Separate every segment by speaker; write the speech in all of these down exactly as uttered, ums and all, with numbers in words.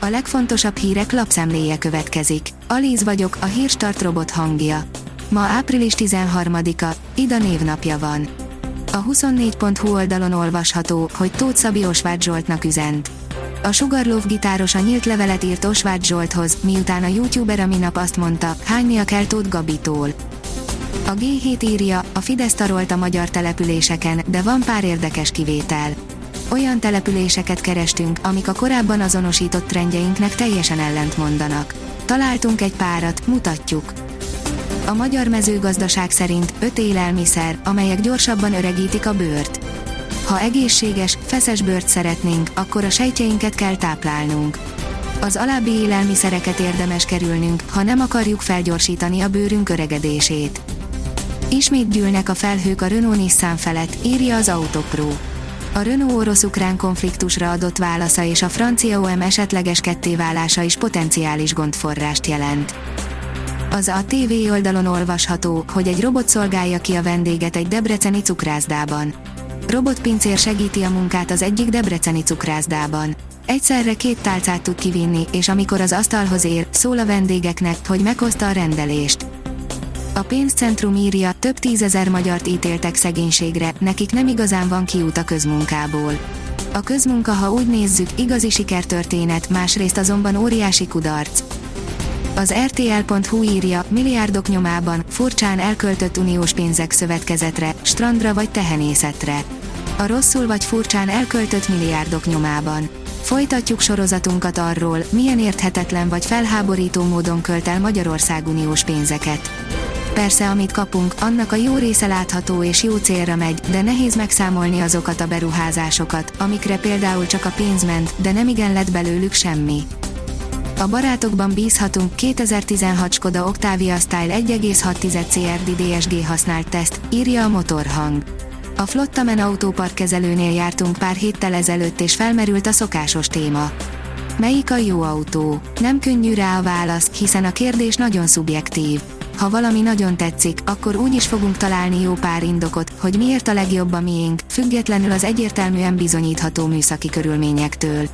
Speaker 1: A legfontosabb hírek lapszemléje következik. Alíz vagyok, a Hírstart robot hangja. Ma április tizenharmadika, Ida névnapja van. A huszonnégy pont hu oldalon olvasható, hogy Tóth Szabi Osváth Zsoltnak üzent. A Sugarloaf gitáros a nyílt levelet írt Osváth Zsolthoz, miután a youtuber a minap azt mondta, hánynia kell Tóth Gabitól. A gé hét írja, a Fidesz tarolt a magyar településeken, de van pár érdekes kivétel. Olyan településeket kerestünk, amik a korábban azonosított trendjeinknek teljesen ellentmondanak. Találtunk egy párat, mutatjuk. A magyar mezőgazdaság szerint öt élelmiszer, amelyek gyorsabban öregítik a bőrt. Ha egészséges, feszes bőrt szeretnénk, akkor a sejtjeinket kell táplálnunk. Az alábbi élelmiszereket érdemes kerülnünk, ha nem akarjuk felgyorsítani a bőrünk öregedését. Ismét gyűlnek a felhők a Renault-Nissan felett, írja az Autopro. A Renault orosz-ukrán konfliktusra adott válasza és a francia o em esetleges kettéválása is potenciális gondforrást jelent. Az á té vé oldalon olvasható, hogy egy robot szolgálja ki a vendéget egy debreceni cukrászdában. Robotpincér segíti a munkát az egyik debreceni cukrászdában. Egyszerre két tálcát tud kivinni, és amikor az asztalhoz ér, szól a vendégeknek, hogy meghozta a rendelést. A Pénzcentrum írja, több tízezer magyart ítéltek szegénységre, nekik nem igazán van kiút a közmunkából. A közmunka, ha úgy nézzük, igazi sikertörténet, másrészt azonban óriási kudarc. Az er té el pont hu írja, milliárdok nyomában, furcsán elköltött uniós pénzek szövetkezetre, strandra vagy tehenészetre. A rosszul vagy furcsán elköltött milliárdok nyomában. Folytatjuk sorozatunkat arról, milyen érthetetlen vagy felháborító módon költ el Magyarország uniós pénzeket. Persze, amit kapunk, annak a jó része látható és jó célra megy, de nehéz megszámolni azokat a beruházásokat, amikre például csak a pénz ment, de nemigen lett belőlük semmi. A barátokban bízhatunk, kétezer-tizenhat Skoda Octavia Style egy egész hat cé er dé dé es gé használt teszt, írja a Motorhang. A Flottamen autóparkkezelőnél jártunk pár héttel ezelőtt és felmerült a szokásos téma. Melyik a jó autó? Nem könnyű rá a válasz, hiszen a kérdés nagyon szubjektív. Ha valami nagyon tetszik, akkor úgy is fogunk találni jó pár indokot, hogy miért a legjobb a miénk, függetlenül az egyértelműen bizonyítható műszaki körülményektől.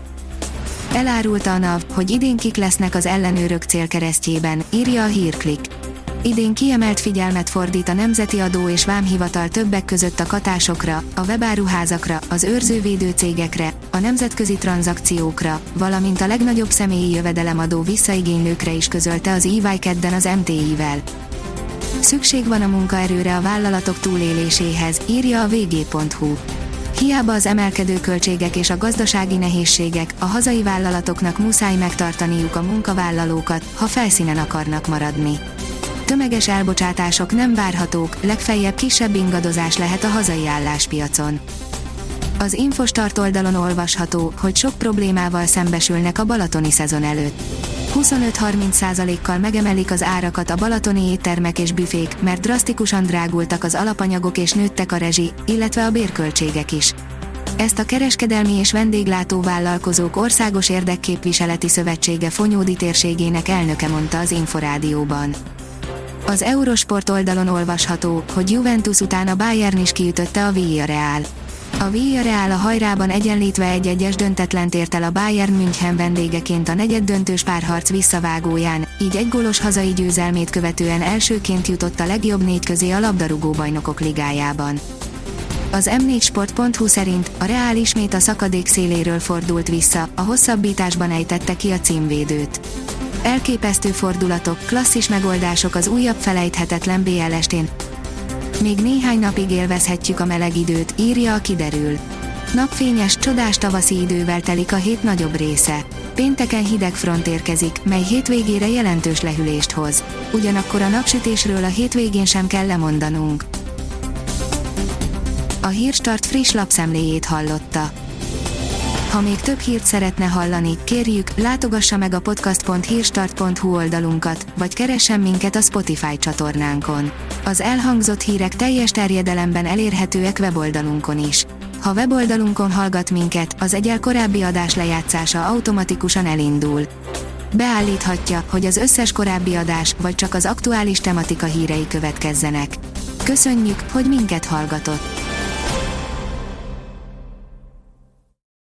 Speaker 1: Elárulta a NAV, hogy idén kik lesznek az ellenőrök célkeresztjében, írja a Hírklik. Idén kiemelt figyelmet fordít a Nemzeti Adó és Vámhivatal többek között a katásokra, a webáruházakra, az őrzővédő cégekre, a nemzetközi tranzakciókra, valamint a legnagyobb személyi jövedelemadó visszaigénylőkre is, közölte az é vé kedden az em té i-vel. Szükség van a munkaerőre a vállalatok túléléséhez, írja a vé gé pont hu. Hiába az emelkedő költségek és a gazdasági nehézségek, a hazai vállalatoknak muszáj megtartaniuk a munkavállalókat, ha felszínen akarnak maradni. Tömeges elbocsátások nem várhatók, legfeljebb kisebb ingadozás lehet a hazai álláspiacon. Az Infostart oldalon olvasható, hogy sok problémával szembesülnek a balatoni szezon előtt. huszonöt-harminc százalékkal megemelik az árakat a balatoni éttermek és büfék, mert drasztikusan drágultak az alapanyagok és nőttek a rezsi, illetve a bérköltségek is. Ezt a Kereskedelmi és Vendéglátó Vállalkozók Országos Érdekképviseleti Szövetsége Fonyódi térségének elnöke mondta az Inforádióban. Az Eurosport oldalon olvasható, hogy Juventus után a Bayern is kiütötte a Villarreal. A Villarreal a hajrában egyenlítve egy-egyes döntetlent ért el a Bayern München vendégeként a negyeddöntős párharc visszavágóján, így egy gólos hazai győzelmét követően elsőként jutott a legjobb négy közé a labdarúgó bajnokok ligájában. Az em négy sport pont hu szerint a Real ismét a szakadék széléről fordult vissza, a hosszabbításban ejtette ki a címvédőt. Elképesztő fordulatok, klasszis megoldások az újabb felejthetetlen bé el estén. Még néhány napig élvezhetjük a meleg időt, írja a Kiderül. Napfényes, csodás tavaszi idővel telik a hét nagyobb része. Pénteken hideg front érkezik, mely hétvégére jelentős lehűlést hoz. Ugyanakkor a napsütésről a hétvégén sem kell lemondanunk. A Hírstart friss lapszemléjét hallotta. Ha még több hírt szeretne hallani, kérjük, látogassa meg a podcast pont hírstart pont hu oldalunkat, vagy keressen minket a Spotify csatornánkon. Az elhangzott hírek teljes terjedelemben elérhetőek weboldalunkon is. Ha weboldalunkon hallgat minket, az egyel korábbi adás lejátszása automatikusan elindul. Beállíthatja, hogy az összes korábbi adás, vagy csak az aktuális tematika hírei következzenek. Köszönjük, hogy minket hallgatott!